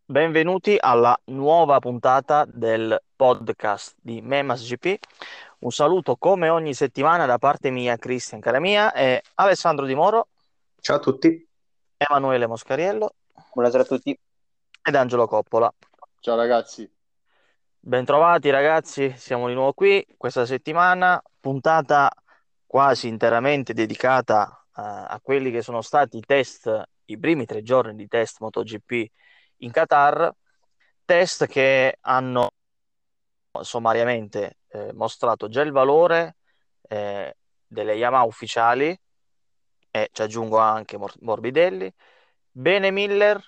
Benvenuti alla nuova puntata del podcast di Memas GP. Un saluto come ogni settimana da parte mia, Cristian cara mia, e Alessandro Di Moro, Ciao a tutti. Emanuele Moscariello Buonasera a tutti. ed Angelo Coppola. Ciao ragazzi. Bentrovati ragazzi, siamo di nuovo qui questa settimana, puntata quasi interamente dedicata a quelli che sono stati i test, i primi 3 giorni di test MotoGP in Qatar, test che hanno sommariamente mostrato già il valore delle Yamaha ufficiali e ci aggiungo anche Morbidelli, bene Miller,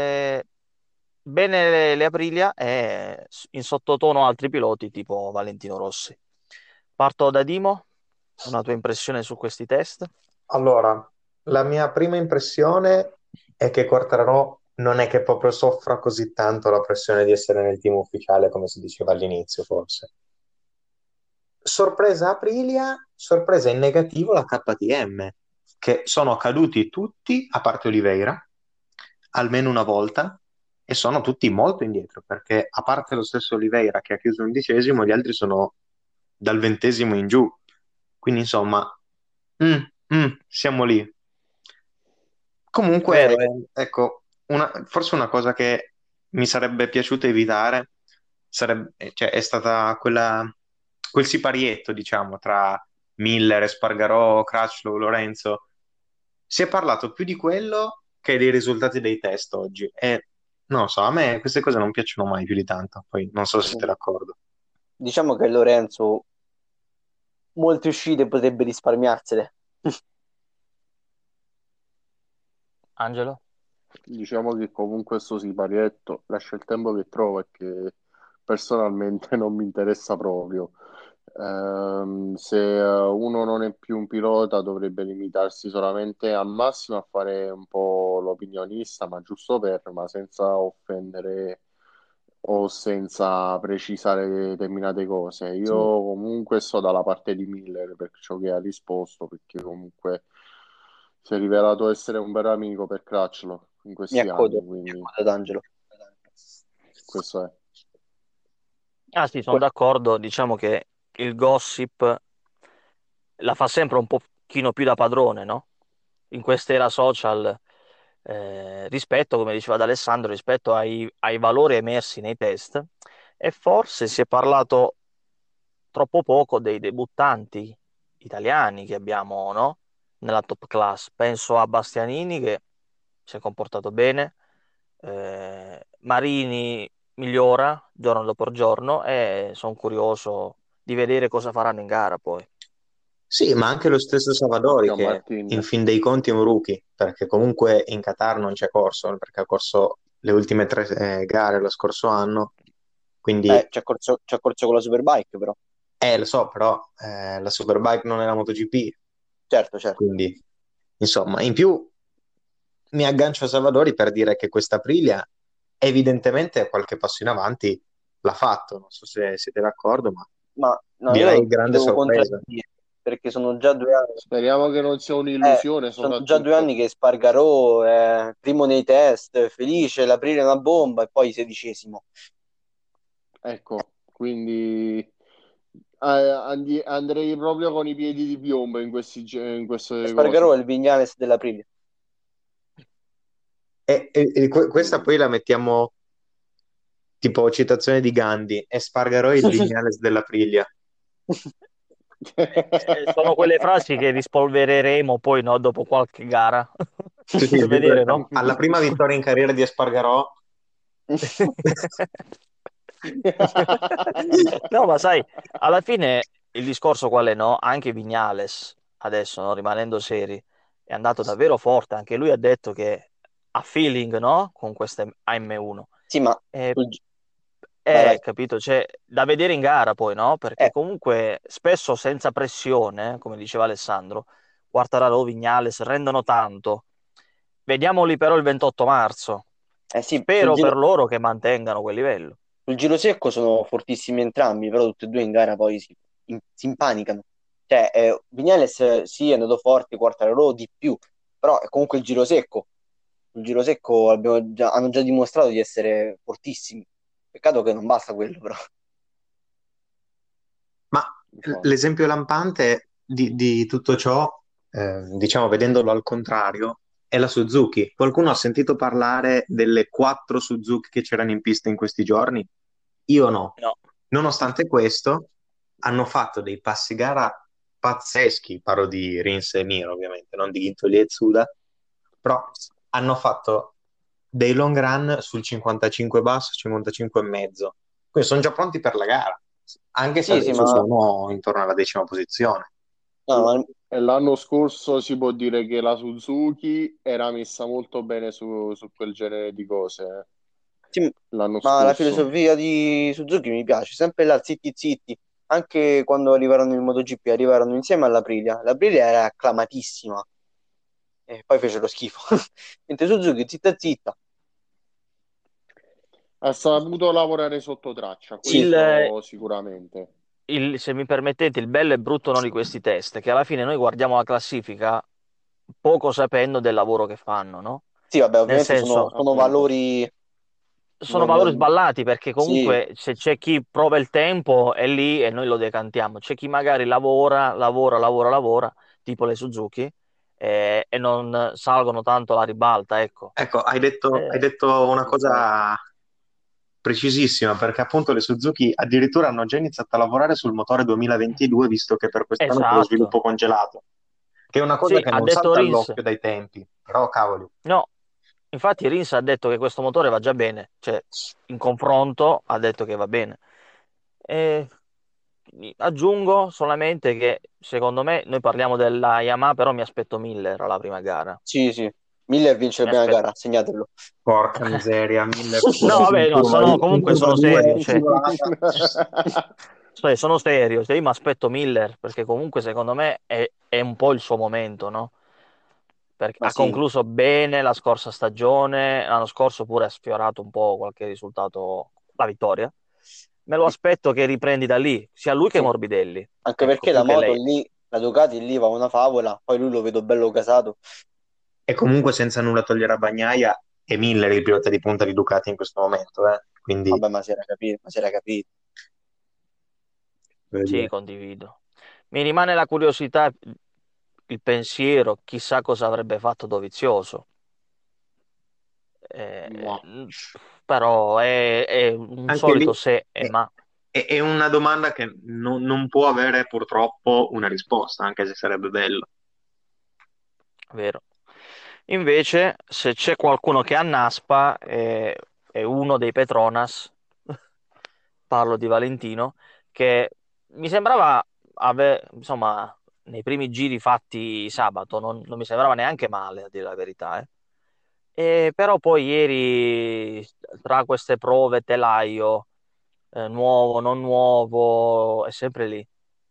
bene le Aprilia e in sottotono altri piloti tipo Valentino Rossi. Parto da Dimo, una tua impressione su questi test? Allora, la mia prima impressione è che Quartararo non è che proprio soffra così tanto la pressione di essere nel team ufficiale, come si diceva all'inizio, forse. Sorpresa Aprilia, sorpresa in negativo la KTM, che sono caduti tutti, a parte Oliveira, almeno una volta, e sono tutti molto indietro, perché a parte lo stesso Oliveira che ha chiuso 11°, gli altri sono dal 20° in giù. Quindi, insomma, siamo lì. Comunque, Vero, vero. ecco, forse una cosa che mi sarebbe piaciuto evitare cioè, è stata quel siparietto, diciamo, tra Miller, Espargarò, Crutchlow, Lorenzo. Si è parlato più di quello che dei risultati dei test oggi. E non lo so, a me queste cose non piacciono mai più di tanto. Poi non so se siete d'accordo. Diciamo che Lorenzo molte uscite potrebbe risparmiarsele. Angelo? Diciamo che comunque sto siparietto lascia il tempo che trova e che personalmente non mi interessa proprio. Se uno non è più un pilota dovrebbe limitarsi solamente al massimo a fare un po' l'opinionista, ma giusto ma senza offendere o senza precisare determinate cose. Io Sì. comunque sto dalla parte di Miller per ciò che ha risposto, perché comunque si è rivelato essere un vero amico per Crutchlow in questi anni, Mi quindi accodo ad Angelo. questo è. Ah sì, sono Que- d'accordo, diciamo che il gossip la fa sempre un pochino più da padrone, no? In quest'era social, rispetto, come diceva ad Alessandro, rispetto ai valori emersi nei test, e forse si è parlato troppo poco dei debuttanti italiani che abbiamo, no? Nella top class. Penso a Bastianini che si è comportato bene, Marini migliora giorno dopo giorno e sono curioso di vedere cosa faranno in gara poi. Sì, ma anche lo stesso Savadori, Occhio a che Martin. in fin dei conti è un rookie, perché comunque in Qatar non c'è corso, perché ha corso le ultime tre gare lo scorso anno. Quindi, ci ha corso con la Superbike, però. lo so, però la Superbike non è la MotoGP, Certo, certo. quindi, insomma, in più mi aggancio a Savadori per dire che questa Aprilia evidentemente qualche passo in avanti l'ha fatto, non so se siete d'accordo, ma Ma no, direi io ti grande devo sorpresa. contraddire, perché sono già 2 anni. Speriamo che non sia un'illusione, Sono già due soprattutto. anni che Spargarò è primo nei test, felice, l'aprire una bomba e poi 16°. Ecco, quindi andrei proprio con i piedi di piombo in queste Spargarò cose. è il Vignales dell'aprile. Questa poi la mettiamo tipo citazione di Gandhi, Espargarò il Vignales dell'Aprilia. Sono quelle frasi che rispolvereremo poi, no, dopo qualche gara Sì, sì, per vedere, no? alla prima vittoria in carriera di Espargarò. No, ma sai, alla fine il discorso qual è, no? Anche Vignales, adesso, no, rimanendo seri, è andato davvero forte. Anche lui ha detto che ha feeling, no? Con queste AM1. Sì, ma E, vai, vai. capito? Cioè, da vedere in gara poi, no? Perché Eh, comunque spesso senza pressione, come diceva Alessandro, Quartararo, Vignales rendono tanto. Vediamoli però il 28 marzo. sì, Spero per loro che mantengano quel livello. sul giro secco sono fortissimi entrambi, però tutti e due in gara poi si impanicano. Cioè, Vignales sì, è andato forte, Quartararo di più, però è comunque il giro secco. sul giro secco hanno già dimostrato di essere fortissimi. Peccato che non basta quello, però. Ma Infatti. l'esempio lampante di tutto ciò, diciamo vedendolo al contrario, è la Suzuki. Qualcuno ha sentito parlare delle quattro Suzuki che c'erano in pista in questi giorni? Io no. No. Nonostante questo, hanno fatto dei passi gara pazzeschi, parlo di Rins e Mir ovviamente, non di Gintoli e Tsuda, però hanno fatto dei long run sul 55 basso, 55 e mezzo. Quindi sono già pronti per la gara, anche se Sì, sì, adesso ma sono intorno alla 10ª posizione. no, E l'anno scorso si può dire che la Suzuki era messa molto bene su quel genere di cose, sì, l'anno ma la scorso. filosofia di Suzuki mi piace, sempre là zitti zitti. Anche quando arrivarono in MotoGP, arrivarono insieme all'Aprilia. L'Aprilia era acclamatissima e poi fece lo schifo. Mentre Suzuki, zitta zitta. Ha saputo lavorare sotto traccia, Il, questo sicuramente. se mi permettete, il bello e brutto no, di questi test, che alla fine noi guardiamo la classifica poco sapendo del lavoro che fanno, no? Sì, vabbè, Nel ovviamente senso, sono Appunto. valori sono valori non... sballati perché Sì, comunque se c'è chi prova il tempo è lì e noi lo decantiamo, c'è chi magari lavora, tipo le Suzuki, e non salgono tanto la ribalta, ecco. Ecco, hai Eh, detto una infatti. cosa precisissima, perché appunto le Suzuki addirittura hanno già iniziato a lavorare sul motore 2022, visto che per quest'anno c'è lo esatto. sviluppo congelato, che è una cosa Sì, che ha non detto salta Rins. all'occhio dai tempi, però cavoli. No, infatti Rins ha detto che questo motore va già bene, cioè in confronto ha detto che va bene. E aggiungo solamente che secondo me noi parliamo della Yamaha, però mi aspetto Miller alla prima gara. Sì, sì. Miller vince la Mi prima aspetto. gara, segnatelo. Porca miseria, Miller No, vabbè, no, in comunque curva sono 2 serio, cioè, scivolata. sono serio, cioè, io mi aspetto Miller perché comunque secondo me è un po' il suo momento, no? Perché Ma ha sì, concluso bene la scorsa stagione, l'anno scorso pure ha sfiorato un po' qualche risultato, la vittoria. Me lo aspetto che riprendi da lì, sia lui che sì. Morbidelli, Anche ecco, perché la più che moto lei. lì, la Ducati lì va una favola, poi lui lo vedo bello casato. E comunque senza nulla togliere a Bagnaia, è Miller il pilota di punta di Ducati in questo momento, eh. Quindi, Vabbè, ma si era capito, ma si era capito. voglio Sì, dire. condivido. Mi rimane la curiosità, il pensiero, chissà cosa avrebbe fatto Dovizioso. Eh, Ma però è un Anche solito lì se e è, ma, è una domanda che non può avere purtroppo una risposta, anche se sarebbe bello. vero? Invece, se c'è qualcuno che annaspa, è uno dei Petronas, parlo di Valentino, che mi sembrava, insomma, nei primi giri fatti sabato, non mi sembrava neanche male, a dire la verità, eh. Però poi ieri, tra queste prove, telaio, nuovo, non nuovo, è sempre lì.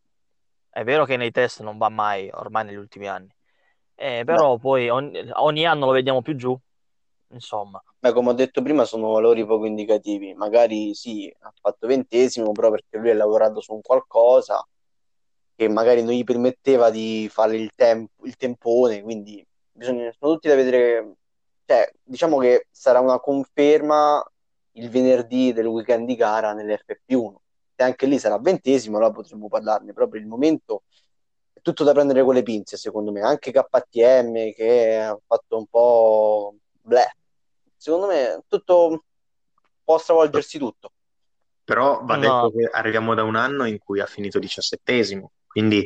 È vero che nei test non va mai, ormai negli ultimi anni. Beh, Però poi ogni anno lo vediamo più giù, insomma, beh, come ho detto prima, sono valori poco indicativi. Magari sì, ha fatto ventesimo, però perché lui ha lavorato su un qualcosa che magari non gli permetteva di fare il tempone, quindi sono tutti da vedere. Cioè, diciamo che sarà una conferma il venerdì del weekend di gara nell'FP1. Se anche lì sarà ventesimo, allora potremmo parlarne, però per il momento è tutto da prendere con le pinze, secondo me. Anche KTM che ha fatto un po' bleh. Secondo me tutto può stravolgersi tutto. Però va no, detto che arriviamo da un anno in cui ha finito 17°, quindi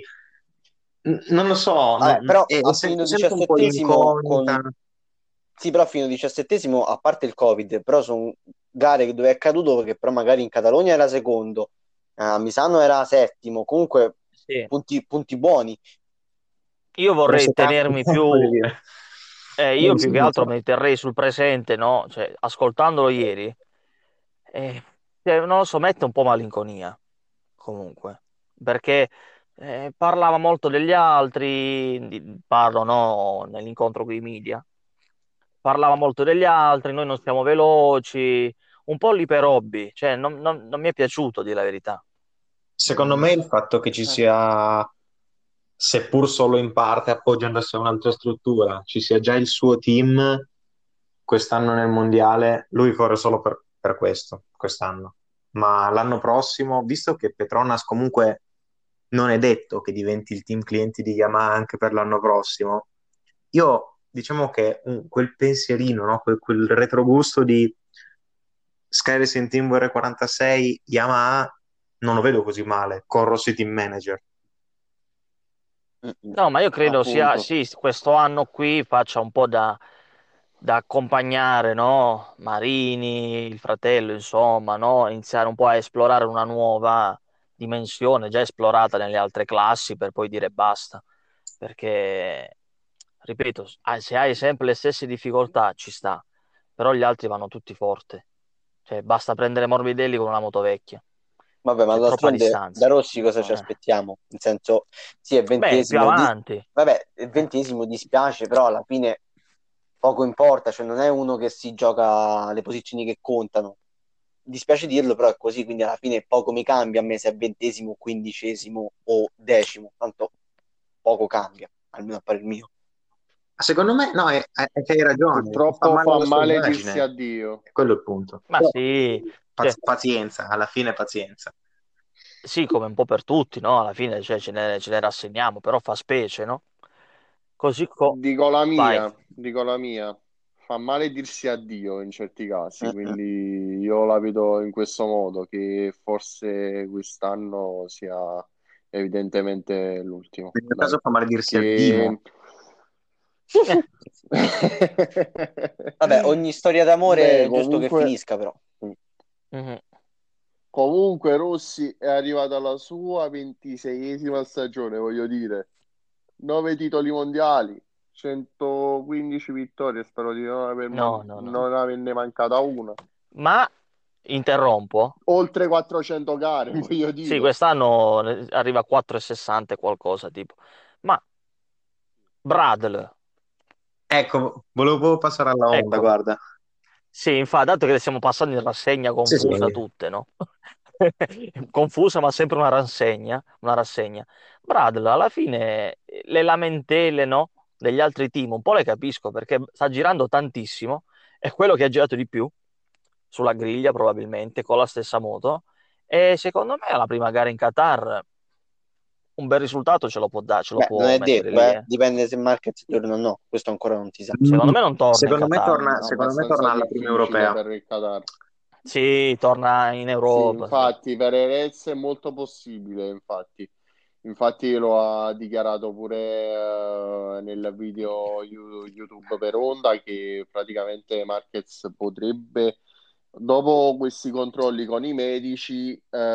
non lo so, Vabbè, però è ha finito sempre un po' diciassettesimo l'incognita. con... Sì, però fino diciassettesimo, a parte il Covid, però sono gare dove è caduto che però magari in Catalogna era secondo, a Misano era settimo, comunque sì. punti buoni. Io vorrei Resetarsi, tenermi più, voglio dire. io più che Non altro so. mi terrei sul presente, no? Cioè, ascoltandolo ieri, eh, non lo so, mette un po' malinconia, comunque, perché parlava molto degli altri, parlo, no, nell'incontro con i media, parlava molto degli altri, noi non siamo veloci, un po' lì per hobby, cioè non mi è piaciuto, di la verità. Secondo me il fatto che ci sia, seppur solo in parte appoggiandosi a un'altra struttura, ci sia già il suo team, quest'anno nel mondiale, lui corre solo per questo, quest'anno. Ma l'anno prossimo, visto che Petronas comunque non è detto che diventi il team clienti di Yamaha anche per l'anno prossimo, io diciamo che quel pensierino, no? Quel retrogusto di Sky Racing Team VR46, Yamaha, non lo vedo così male, con Rossi Team Manager. No, ma io credo sia, Appunto. sì, questo anno qui faccia un po' da accompagnare, no? Marini, il fratello, insomma, no? Iniziare un po' a esplorare una nuova dimensione, già esplorata nelle altre classi, per poi dire basta. Perché, ripeto, se hai sempre le stesse difficoltà, ci sta, però gli altri vanno tutti forte. Cioè, basta prendere Morbidelli con una moto vecchia. Vabbè, ma C'è troppa d'altronde da distanza. Rossi cosa ci Eh. aspettiamo? Nel senso, sì, è Beh, più ventesimo, avanti. vabbè, è ventesimo, dispiace, però alla fine poco importa, cioè non è uno che si gioca le posizioni che contano. Dispiace dirlo, però è così, quindi alla fine poco mi cambia a me se è ventesimo, quindicesimo o decimo, tanto poco cambia, almeno a parer mio. Secondo me, no, è che hai ragione, ti fa Purtroppo male fa la sua male dirsi immagine, addio. è quello il punto. Ma Però, sì, cioè, pazienza, alla fine pazienza. sì, come un po' per tutti, no? Alla fine cioè, ce ne rassegniamo, però fa specie, no? Così vai. Dico la mia, fa male dirsi addio in certi casi, Mm-mm. quindi io la vedo in questo modo, che forse quest'anno sia evidentemente l'ultimo. Nel mio Dai, caso fa male dirsi al Dimo. che... Eh, Vabbè, ogni storia d'amore Beh, è giusto che finisca, però. mhm. comunque Rossi è arrivato alla sua 26esima stagione, voglio dire. 9 titoli mondiali, 115 vittorie, spero di No, no, no. non averne mancata una. Ma interrompo. Oltre 400 gare, voglio Sì, dire. quest'anno arriva a 4,60 e qualcosa, tipo. Ma Bradl, Ecco, volevo proprio passare alla onda, ecco. guarda. Sì, infatti, dato che le stiamo passando in rassegna Sì, sì. confusa tutte, no? Confusa, ma sempre una rassegna, una rassegna. Bradl, alla fine, le lamentele, no? Degli altri team, un po' le capisco, perché sta girando tantissimo, è quello che ha girato di più, sulla griglia probabilmente, con la stessa moto, e secondo me alla prima gara in Qatar un bel risultato ce lo può dare, ce lo Beh, non può è mettere detto, lì, eh. eh. Dipende se Marquez torna o no. Questo ancora non si sa. Secondo me non torna in Secondo me Qatar. secondo me Abbastanza torna alla prima difficile europea. per il Qatar. Sì, torna in Sì, Europa, sì. infatti, per Erez è molto possibile, infatti. Infatti lo ha dichiarato pure nel video YouTube per Onda che praticamente Marquez potrebbe, dopo questi controlli con i medici,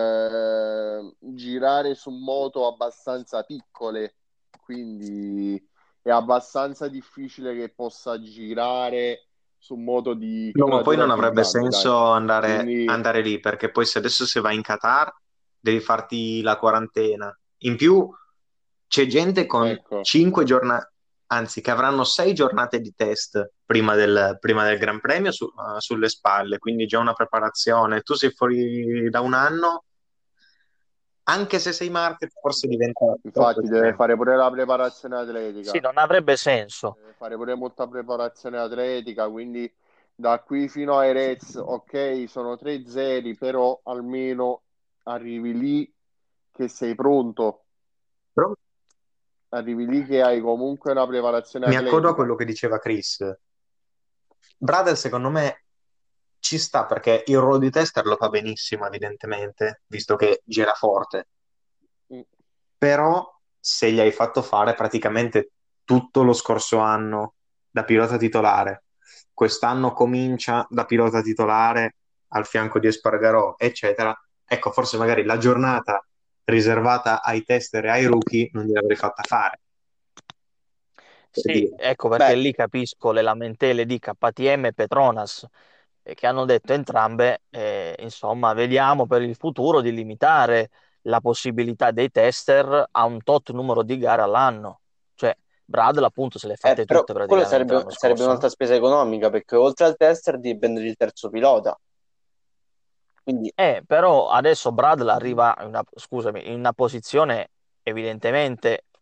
girare su moto abbastanza piccole, quindi è abbastanza difficile che possa girare su moto di No, ma poi caratura non più avrebbe grande, dai. senso andare, Quindi, andare lì, perché poi se adesso se vai in Qatar devi farti la quarantena. In più c'è gente con ecco. 5 giornate, anzi, che avranno 6 giornate di test prima del Gran Premio sulle spalle, quindi già una preparazione. Tu sei fuori da un anno, anche se sei market, forse diventa troppo Infatti deve estremo. fare pure la preparazione Sì, atletica, non avrebbe senso. deve fare pure molta preparazione atletica, quindi da qui fino ai Reds, ok, sono 3-0, però almeno arrivi lì che sei pronto, Però arrivi lì che hai comunque una preparazione mi accodo a atletica. quello che diceva Chris. Brother, secondo me ci sta perché il ruolo di tester lo fa benissimo, evidentemente, visto che gira forte. Mm, Però se gli hai fatto fare praticamente tutto lo scorso anno da pilota titolare, quest'anno comincia da pilota titolare al fianco di Espargarò, eccetera, ecco, forse magari la giornata riservata ai tester e ai rookie non gliel'avrei fatta fare, per Sì, dire. ecco perché Beh, lì capisco le lamentele di KTM e Petronas, che hanno detto entrambe, insomma, vediamo per il futuro di limitare la possibilità dei tester a un tot numero di gare all'anno. Cioè, Bradl appunto se le ha fatte però tutte quello praticamente sarebbe, l'anno sarebbe scorso, no? un'altra spesa economica perché oltre al tester devi prendere il terzo pilota. Quindi, Però adesso Bradl arriva in una, scusami, in una posizione evidentemente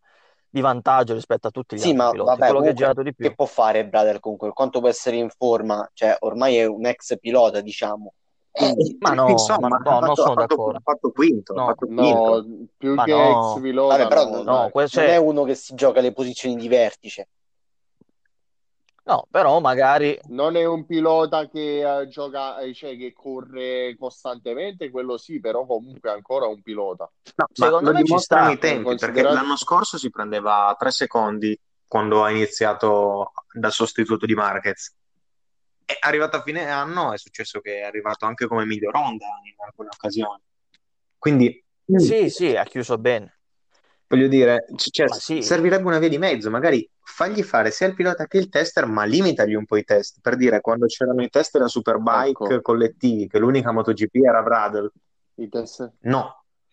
di vantaggio rispetto a tutti gli Sì, altri ma piloti. vabbè, Quello che ha comunque, girato di che più. può fare Bradel comunque? Quanto può essere in forma? Cioè, ormai è un ex pilota, diciamo. Quindi, Ma no, Insomma, no, non sono d'accordo. ha fatto quinto, ha No, fatto quinto. No, più ma che ex no, vabbè, pilota, però no, no, dai. non è cioè, uno che si gioca le posizioni di vertice. no, però magari, Non è un pilota che gioca, cioè che corre costantemente, quello sì, però comunque è ancora un pilota. No, ma secondo lo me ci dimostrano i sta. tempi, perché Considerato l'anno scorso si prendeva 3 secondi quando ha iniziato dal sostituto di Marquez. È arrivato a fine anno, è successo che è arrivato anche come miglior Honda in alcune occasioni. Quindi, Sì, sì, ha chiuso bene. voglio dire, Ma sì, servirebbe una via di mezzo, magari fagli fare sia il pilota che il tester, ma limitagli un po' i test. Per dire, quando c'erano i test da Superbike ecco, collettivi, che l'unica MotoGP era Bradle, i test. no.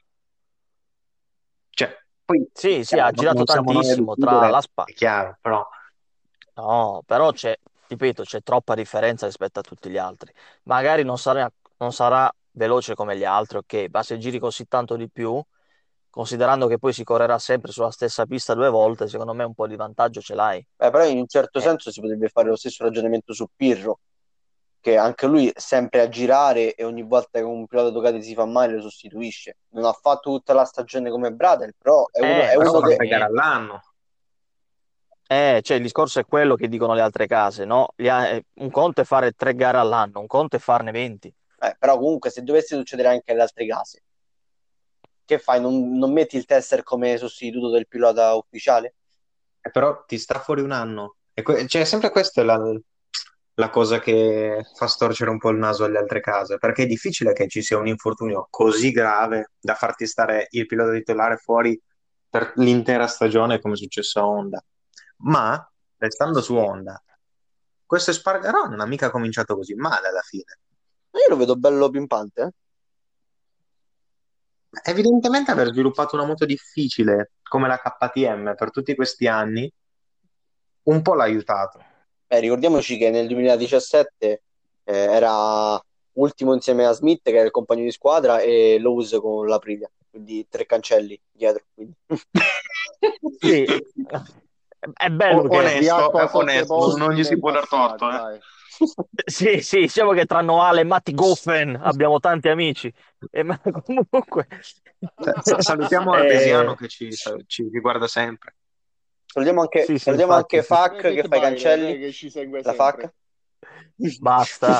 Cioè, poi, sì, sì, ha chiaro, girato non siamo noi a tantissimo tra decidere, l'Aspa. è chiaro, però No, però c'è, ripeto, c'è troppa differenza rispetto a tutti gli altri. Magari non sarà veloce come gli altri, ok, ma se giri così tanto di più, considerando che poi si correrà sempre sulla stessa pista 2 volte, secondo me un po' di vantaggio ce l'hai. Però in un certo Eh, senso si potrebbe fare lo stesso ragionamento su Pirro, che anche lui è sempre a girare e ogni volta che un pilota Ducati si fa male lo sostituisce. Non ha fatto tutta la stagione come Bradel, però è ma uno però fa che... 3 gare sicuramente. all'anno. Cioè, il discorso è quello che dicono le altre case, no? Un conto è fare 3 gare all'anno, un conto è farne 20. Però comunque se dovesse succedere anche alle altre case, che fai? Non metti il tester come sostituto del pilota ufficiale? Però ti sta fuori un anno. Cioè, sempre questa è la cosa che fa storcere un po' il naso alle altre case, perché è difficile che ci sia un infortunio così grave da farti stare il pilota titolare fuori per l'intera stagione, come è successo a Honda. Ma, Ma restando su sì. Honda, questo Espargarò non ha mica cominciato così male alla fine. Io lo vedo bello pimpante, eh? Evidentemente aver sviluppato una moto difficile come la KTM per tutti questi anni un po' l'ha aiutato. Ricordiamoci che nel 2017 era ultimo insieme a Smith, che era il compagno di squadra, e Lowe's con l'Aprilia, quindi 3 cancelli dietro. Quindi. Sì, è bello che. Sbiatto a 7 Non posti gli si nel può dar torto, passato, eh. dai. Sì, sì, diciamo che tra Noale e Matti Goffen abbiamo tanti amici. Ma comunque. Salutiamo Arbesiano eh, che ci riguarda sempre. sì, sì, Salutiamo infatti, anche sì. Fac che David fa i Byron, cancelli. che ci segue La sempre. Fac. Basta.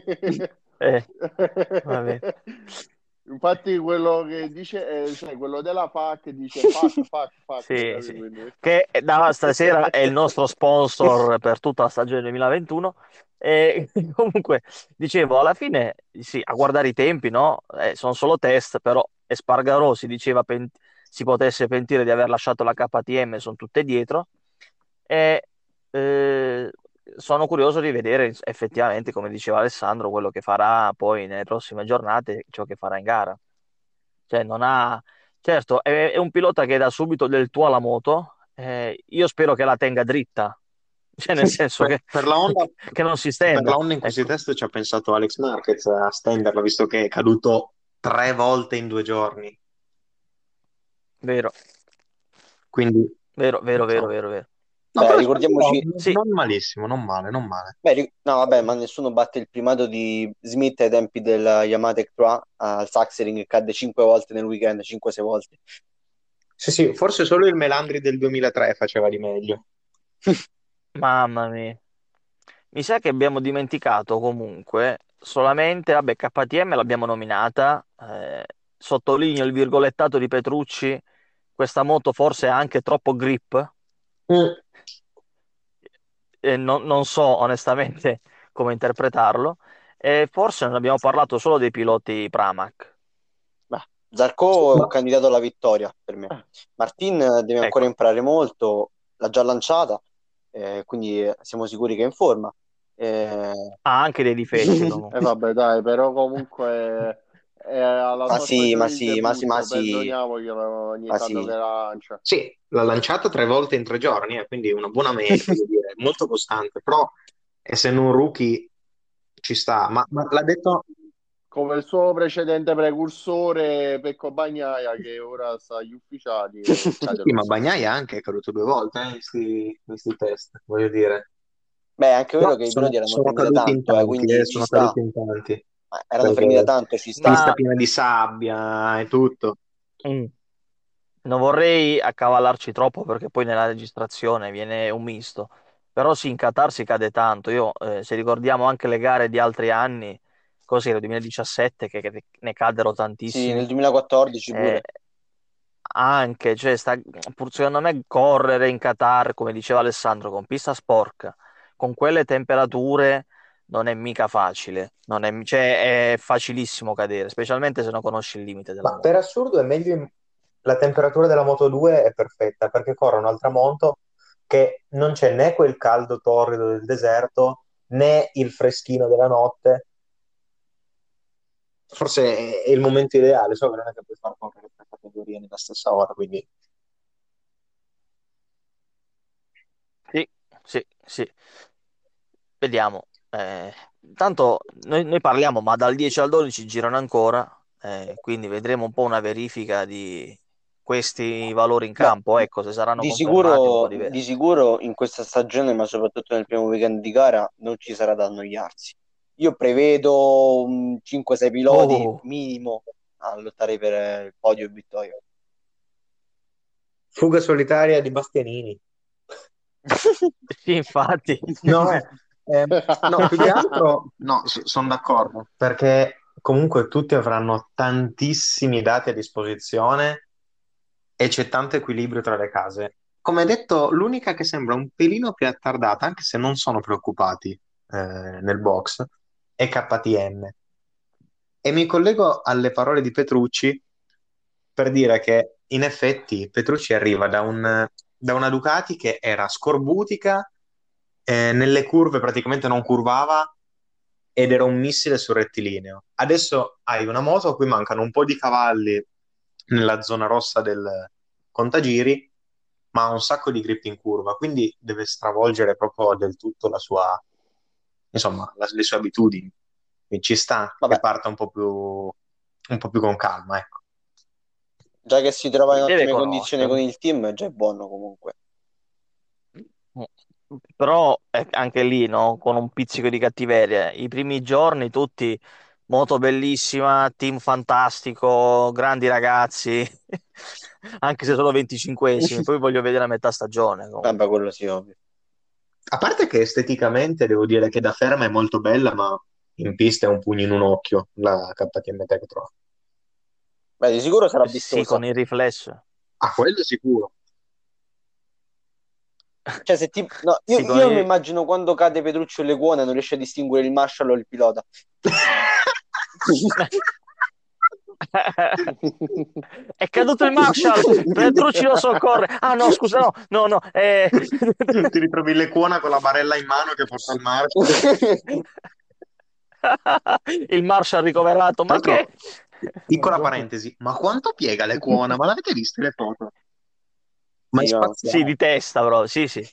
Vabbè. Infatti quello che dice, cioè quello della FAC dice FAC, FAC, FAC, Sì, capito? sì. Quindi... Che da stasera è il nostro sponsor per tutta la stagione 2021. E comunque, dicevo, alla fine, sì, a guardare i tempi, no? Sono solo test, però Espargarò si diceva si potesse pentire di aver lasciato la KTM, sono tutte dietro. E eh, sono curioso di vedere effettivamente, come diceva Alessandro, quello che farà poi nelle prossime giornate, ciò che farà in gara. Cioè, non ha. Certo, è un pilota che dà subito del tuo alla moto. Io spero che la tenga dritta, cioè nel senso che, Per la Honda, che non si per la stenda. Honda in questi Ecco, test ci ha pensato Alex Marquez a stenderla, visto che è caduto 3 volte in 2 giorni. vero, Quindi, vero, vero, vero, insomma. vero, vero. No, però Ricordiamoci. Sì, non malissimo, non male, non male. No, vabbè, ma nessuno batte il primato di Smith ai tempi della Yamaha Tech al Sachsenring, che cadde 5 volte nel weekend, 5-6 volte. Sì, sì, forse solo il Melandri del 2003 faceva di meglio. mamma mia. Mi sa che abbiamo dimenticato comunque solamente, vabbè, KTM l'abbiamo nominata, sottolineo il virgolettato di Petrucci, questa moto forse ha anche troppo grip. Mm. Non so onestamente come interpretarlo. E forse non abbiamo parlato solo dei piloti Pramac. Beh, Zarco è un Ma candidato alla vittoria per me. Martin deve ancora Ecco, imparare molto, l'ha già lanciata, quindi siamo sicuri che è in forma. ha anche dei difetti E comunque. vabbè, dai, però comunque è alla Ma sua sì, ma stagione di sì, ma sì, ma debutto, sì, perdoniamoglielo ogni ma tanto che sì. la lancia. sì, l'ha lanciata 3 volte in 3 giorni, quindi una buona media, voglio dire, molto costante, però essendo un rookie ci sta. Ma l'ha detto, come il suo precedente precursore Pecco Bagnaia che ora sta agli ufficiali e cade Sì, lo ma stesso. Bagnaia anche è caduto 2 volte in questi test, voglio dire. Beh, è anche Però vero che i sono, piloti erano sono fermi da caduti in tanto, tanti, quindi ci sono sta. caduti in tanti, Erano fermi da perché tanto, ci sta. pista Ma piena di sabbia e tutto. mm, non vorrei accavallarci troppo perché poi nella registrazione viene un misto. Però sì, in Qatar si cade tanto. Io, se ricordiamo anche le gare di altri anni, cos'era, 2017, che ne caddero Sì, nel tantissimi. 2014 Eh, pure. anche, cioè, pur secondo me correre in Qatar, come diceva Alessandro, con pista sporca, con quelle temperature, non è mica facile. Cioè, è facilissimo cadere, specialmente se non conosci il limite della Ma per moto. assurdo è la temperatura della Moto 2 è perfetta perché corrono al tramonto che non c'è né quel caldo torrido del deserto né il freschino della notte. Forse è il momento ideale, so che non è che puoi far correre tre categorie nella stessa ora, quindi Sì, sì, sì. Vediamo. Tanto noi parliamo, ma dal 10 al 12 girano ancora, quindi vedremo un po' una verifica di questi valori in Beh, campo. Ecco, se saranno confermati è un po' di diverso. sicuro in questa stagione, ma soprattutto nel primo weekend di gara, non ci sarà da annoiarsi. Io prevedo 5-6 piloti Oh, minimo a lottare per il podio e vittoria. fuga solitaria di Bastianini. sì, infatti. No, no, più che altro, no, sono d'accordo, perché comunque tutti avranno tantissimi dati a disposizione e c'è tanto equilibrio tra le case. Come detto, l'unica che sembra un pelino più attardata, anche se non sono preoccupati nel box, è KTM. E mi collego alle parole di Petrucci per dire che in effetti Petrucci arriva da una Ducati che era scorbutica, nelle curve praticamente non curvava ed era un missile sul rettilineo. Adesso hai una moto a cui mancano un po' di cavalli nella zona rossa del contagiri, ma ha un sacco di grip in curva, quindi deve stravolgere proprio del tutto insomma, le sue abitudini. Quindi ci sta che Vabbè, parta un po' più con calma, ecco. già che si trova in Deve ottime condizioni con conoscere. il team, già è buono comunque. Però anche lì, no? Con un pizzico di cattiveria. I primi giorni tutti moto bellissima, team fantastico, grandi ragazzi, anche se sono 25esimi. Poi voglio vedere a metà stagione Vabbè, comunque. quello sì, ovvio. A parte che esteticamente devo dire che da ferma è molto bella, ma in pista è un pugno in un occhio la KTM Tech Pro. Beh, di sicuro sarà Sì, vistosa. con il riflesso. Ah, quello sicuro. Cioè, se ti... no, Sì, con io mi il... immagino quando cade Petruccio e Lecuona e non riesce a distinguere il Marshall o il pilota. È caduto il Marshall, Petrucci lo soccorre. Ah no, scusa, no, no, no. Ti ritrovi l'equona con la barella in mano che porta il marcio. Il Marshall ricoverato, Tra ma che... l'altro, piccola parentesi, ma quanto piega l'equona? Ma l'avete viste le foto? Ma è Sì, no. Sì, di spaziale. testa, bro, sì, sì,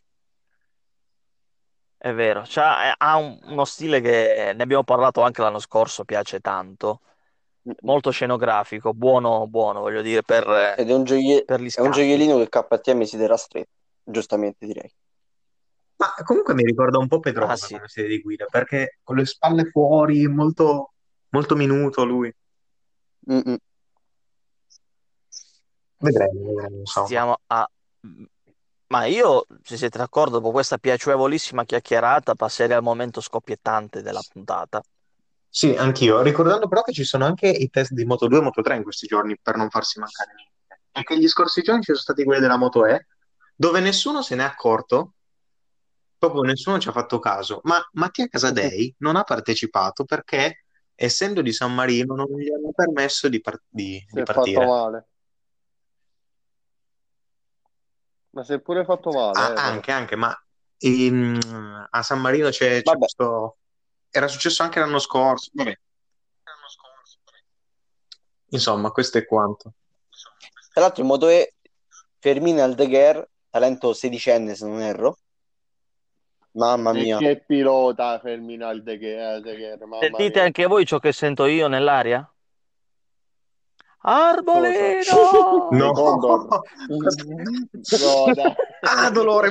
è vero. Ha uno stile che ne abbiamo parlato anche l'anno scorso, piace tanto. Molto scenografico, buono, buono, voglio dire, Ed è un, per gli è un scatti. gioiellino che KTM si terrà stretto, giustamente direi. Ma comunque mi ricorda un po' Ah Pedrosa sì, come stile di guida, perché con le spalle fuori, molto, molto minuto lui. Mm-mm. Vedremo, insomma. stiamo a... Ma io, se siete d'accordo, dopo questa piacevolissima chiacchierata, passerei al momento scoppiettante della puntata. Sì, anch'io, ricordando però che ci sono anche i test di Moto 2 e Moto 3 in questi giorni per non farsi mancare niente. E che gli scorsi giorni ci sono stati quelli della Moto E, dove nessuno se n'è accorto, proprio nessuno ci ha fatto caso, ma Mattia Casadei non ha partecipato perché, essendo di San Marino, non gli hanno permesso Si di è fatto partire. male. Ma si è pure fatto Ah, male, però. anche, ma a San Marino c'è Vabbè, questo... Era successo anche l'anno scorso. Vabbè. Insomma, questo è quanto. tra l'altro in Moto E Fermín Aldeguer, talento sedicenne se non erro, Mamma E mia. che pilota Ferminal De Geer, mamma Sentite mia. anche voi ciò che sento io nell'aria? Cosa? Arbolino! I No, Condor. Cosa- No, dai. Ah, dolore.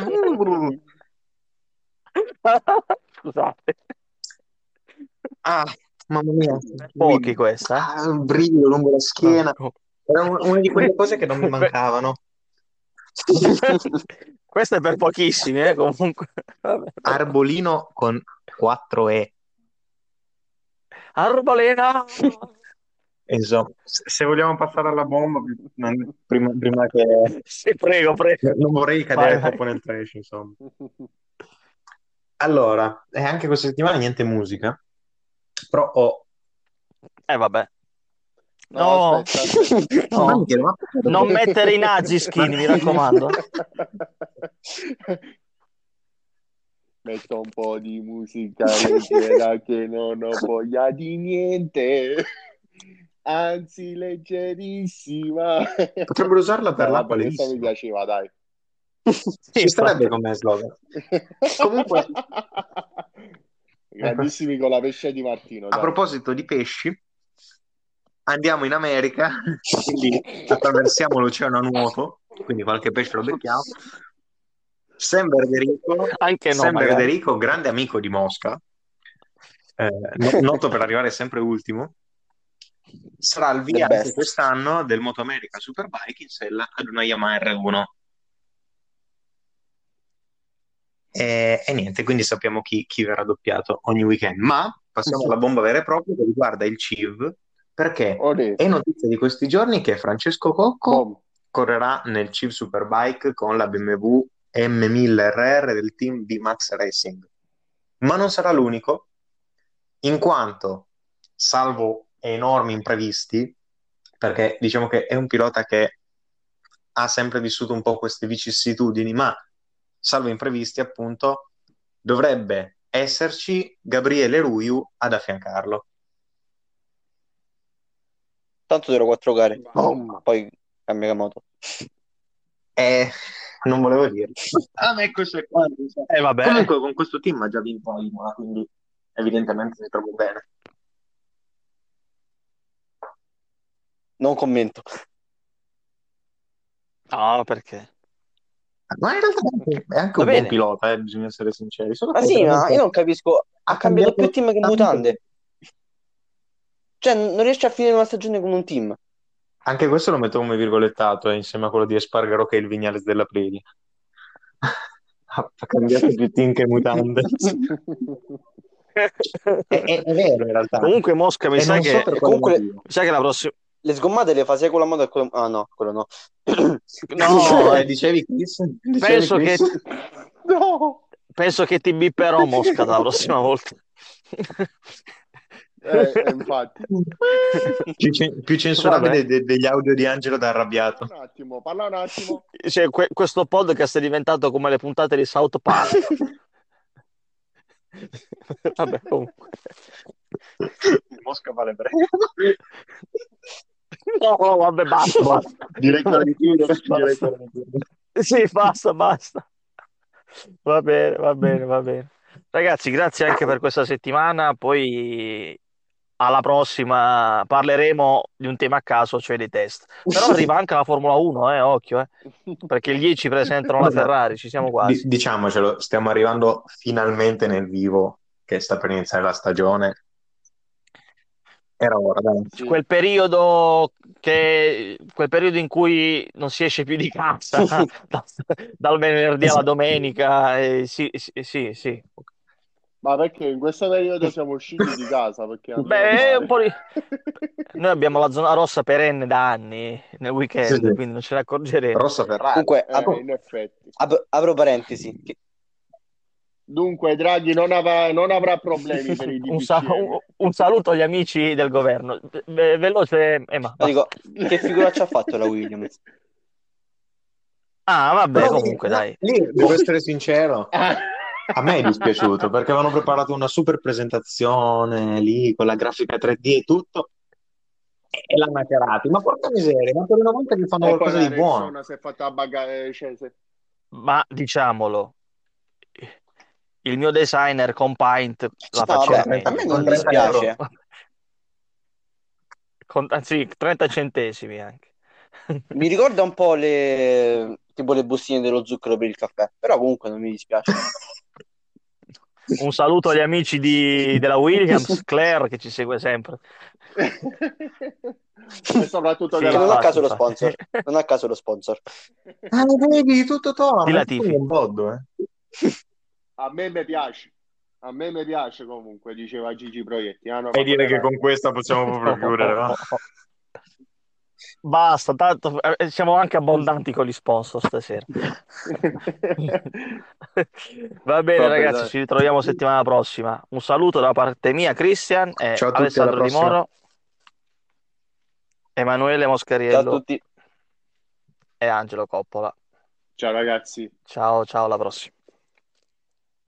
Scusate. Ah, mamma mia. Per pochi questa, eh? Un brivido lungo la schiena. Oh. Era una di quelle cose che non mi mancavano. Questo è per pochissimi, comunque. Vabbè, Arbolino con 4 E. Arbolino! Insomma, se vogliamo passare alla bomba, prima che... Sì, prego, prego. Non vorrei Vai, cadere vai. troppo nel trash, insomma. Allora, anche questa settimana niente musica, però ho... Vabbè. No, No, aspetta. Ma mi no. chiedo, ma Non mettere i nazi skinny, mi raccomando. Metto un po' di musica leggera che non ho voglia di niente, anzi leggerissima. potrebbero usarla per No, l'acqua vabbè, questa mi levissima. piaceva, dai. Sì, Ci starebbe infatti. come slogan. Comunque, Grandissimi con la pesce di Martino, a dai. proposito di pesci, andiamo in America, quindi attraversiamo l'oceano a nuoto, quindi qualche pesce lo becchiamo. Anche no, Sam magari. Verderico, grande amico di Mosca, noto per arrivare sempre ultimo, sarà il The via anche best. quest'anno del Moto America Superbike in sella ad una Yamaha R1. E niente, quindi sappiamo chi verrà doppiato ogni weekend. Ma passiamo alla bomba vera e propria che riguarda il CIV, perché Olè, è notizia di questi giorni che Francesco Cocco bom. correrà nel CIV Superbike con la BMW M1000 RR del team di Max Racing. Ma non sarà l'unico, in quanto, salvo enormi imprevisti, perché diciamo che è un pilota che ha sempre vissuto un po' queste vicissitudini, ma salvo imprevisti, appunto, dovrebbe esserci Gabriele Ruiu ad affiancarlo. Tanto dura 4 gare. Bom. Poi cambia moto. Non volevo dirlo. Ah, ma ecco se qua. Vabbè. Comunque con questo team ha già vinto a Imola, quindi evidentemente si trova bene. Non commento. No, perché? Ma in realtà è anche Va un buon bene. pilota, bisogna essere sinceri. Solo Ma che sì, ma veramente io non capisco. Ha cambiato più team che tanto. mutande. Cioè, non riesce a finire una stagione con un team. Anche questo lo metto come virgolettato, insieme a quello di Espargaro che è il Vignales della Predi. Ha cambiato più team che mutande. È vero in realtà. Comunque Mosca mi E sa non so che per quale Comunque, motivo. mi sa che la prossima le sgommate le fa sia con la moto e con... Ah no, quello no. no, Dicevi Chris? penso che No! penso che ti bipperò Mosca la prossima volta. Infatti. Più censurabile Vabbè. degli audio di Angelo da arrabbiato. Parla un attimo. Cioè, questo podcast è diventato come le puntate di South Park. Vabbè, comunque. Mosca vale bene. No, vabbè, basta, basta. Direi che ora di chiudere. Basta. Sì, basta, basta. Va bene, va bene, va bene. Ragazzi, grazie anche per questa settimana. Poi alla prossima parleremo di un tema a caso, cioè dei test. Però arriva anche la Formula 1, occhio, perché gli 10 presentano la Ferrari, ci siamo quasi. Diciamocelo, stiamo arrivando finalmente nel vivo, che sta per iniziare la stagione. Era ora, dai. Sì. Quel periodo in cui non si esce più di casa, dal venerdì alla domenica. Sì, sì, sì. Ma perché in questo periodo siamo usciti di casa perché andava a Beh, un fare. po' di... Noi abbiamo la zona rossa perenne da anni nel weekend, Sì. quindi non ce ne accorgeremo. Rossa Ferrari. Comunque, In effetti. apro parentesi. Dunque, Draghi non avrà problemi per i DPCM. Un saluto agli amici del governo. Veloce, Emma. Ma dico, che figura ci ha fatto la Williams? Ah, vabbè, Però comunque, dai. Lì devo essere sincero. A me è dispiaciuto perché avevano preparato una super presentazione lì con la grafica 3D e tutto e l'hanno hackerati. Ma porca miseria, ma per una volta che fanno E poi qualcosa la di buono. Rexona si è fatta buggare Cese. Ma diciamolo, il mio designer con Paint la No, faceva vabbè, a meglio. me con non 30 euro. dispiace. Sì, 30 centesimi anche. Mi ricorda un po' tipo le bustine dello zucchero per il caffè, però comunque non mi dispiace. Un saluto agli amici della Williams, Claire che ci segue sempre. E soprattutto Sì, Che non a della infatti, caso lo infatti. sponsor. Non a caso lo sponsor. Ah, vedi, tutto tono, Di ma tu Latifi. un boddo, A me mi piace. A me mi piace comunque, diceva Gigi Proietti. Ah, no, E ma direi quella che era... con questa possiamo proprio chiudere, va? Basta, tanto siamo anche abbondanti con gli sponsor stasera. Va bene, Vabbè, ragazzi, dai. ci ritroviamo settimana prossima. Un saluto da parte mia, Christian, e Ciao a tutti, alla Alessandro Di prossima. Moro, Emanuele Ciao a Moscariello tutti. e Angelo Coppola. Ciao ragazzi. Ciao, ciao, alla prossima.